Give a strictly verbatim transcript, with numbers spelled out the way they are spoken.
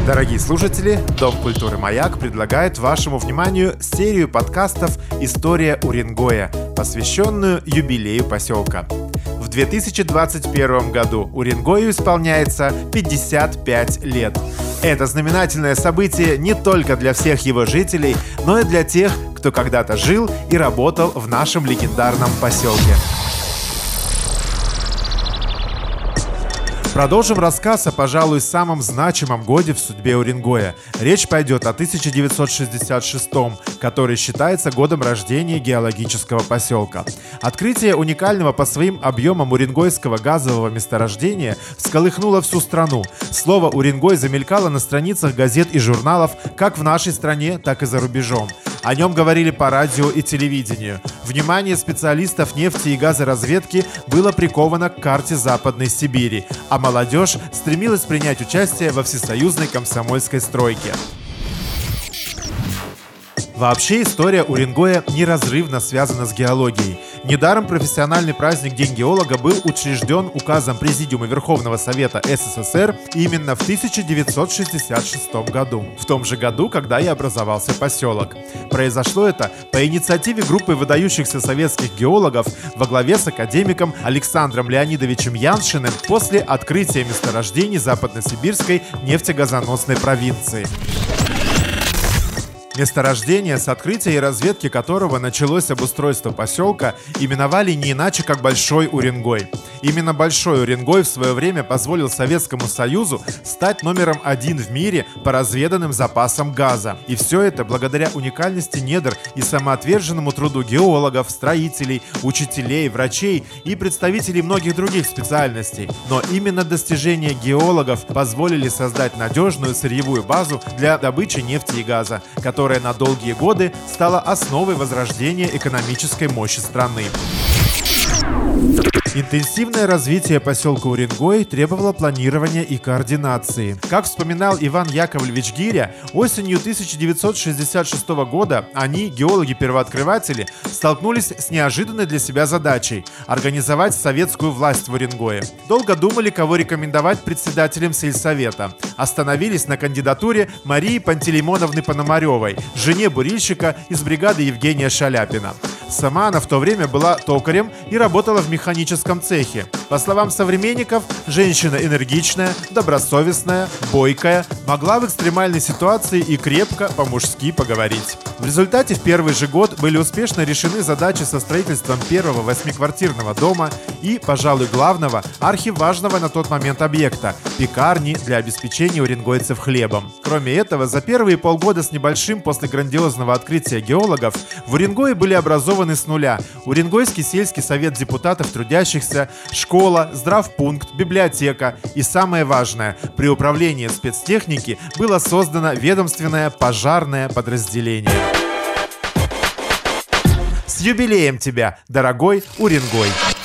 Дорогие слушатели, Дом культуры «Маяк» предлагает вашему вниманию серию подкастов «История Уренгоя», посвященную юбилею поселка. В две тысячи двадцать первом году Уренгою исполняется пятьдесят пять лет. Это знаменательное событие не только для всех его жителей, но и для тех, кто когда-то жил и работал в нашем легендарном поселке. Продолжим рассказ о, пожалуй, самом значимом годе в судьбе Уренгоя. Речь пойдет о тысяча девятьсот шестьдесят шестом, который считается годом рождения геологического поселка. Открытие уникального по своим объемам уренгойского газового месторождения всколыхнуло всю страну. Слово «Уренгой» замелькало на страницах газет и журналов как в нашей стране, так и за рубежом. О нем говорили по радио и телевидению. Внимание специалистов нефти и газоразведки было приковано к карте Западной Сибири, а молодежь стремилась принять участие во всесоюзной комсомольской стройке. Вообще история Уренгоя неразрывно связана с геологией. Недаром профессиональный праздник День геолога был учрежден указом Президиума Верховного Совета СССР именно в тысяча девятьсот шестьдесят шестом году, в том же году, когда и образовался поселок. Произошло это по инициативе группы выдающихся советских геологов во главе с академиком Александром Леонидовичем Яншиным после открытия месторождений Западносибирской нефтегазоносной провинции. Месторождение, с открытия и разведки которого началось обустройство поселка, именовали не иначе, как Большой Уренгой. Именно Большой Уренгой в свое время позволил Советскому Союзу стать номером один в мире по разведанным запасам газа. И все это благодаря уникальности недр и самоотверженному труду геологов, строителей, учителей, врачей и представителей многих других специальностей. Но именно достижения геологов позволили создать надежную сырьевую базу для добычи нефти и газа, которая на долгие годы стала основой возрождения экономической мощи страны. Интенсивное развитие поселка Уренгой требовало планирования и координации. Как вспоминал Иван Яковлевич Гиря, осенью тысяча девятьсот шестьдесят шестого года они, геологи-первооткрыватели, столкнулись с неожиданной для себя задачей – организовать советскую власть в Уренгое. Долго думали, кого рекомендовать председателем сельсовета. Остановились на кандидатуре Марии Пантелеймоновны Пономаревой, жене бурильщика из бригады Евгения Шаляпина. Сама она в то время была токарем и работала в механическом цехе. По словам современников, женщина энергичная, добросовестная, бойкая, могла в экстремальной ситуации и крепко по-мужски поговорить. В результате в первый же год были успешно решены задачи со строительством первого восьмиквартирного дома и, пожалуй, главного, архиважного на тот момент объекта – пекарни для обеспечения уренгойцев хлебом. Кроме этого, за первые полгода с небольшим после грандиозного открытия геологов в Уренгое были образованы с нуля Уренгойский сельский совет депутатов трудящихся, школа, здравпункт, библиотека и, самое важное, при управлении спецтехники было создано ведомственное пожарное подразделение. С юбилеем тебя, дорогой Уренгой!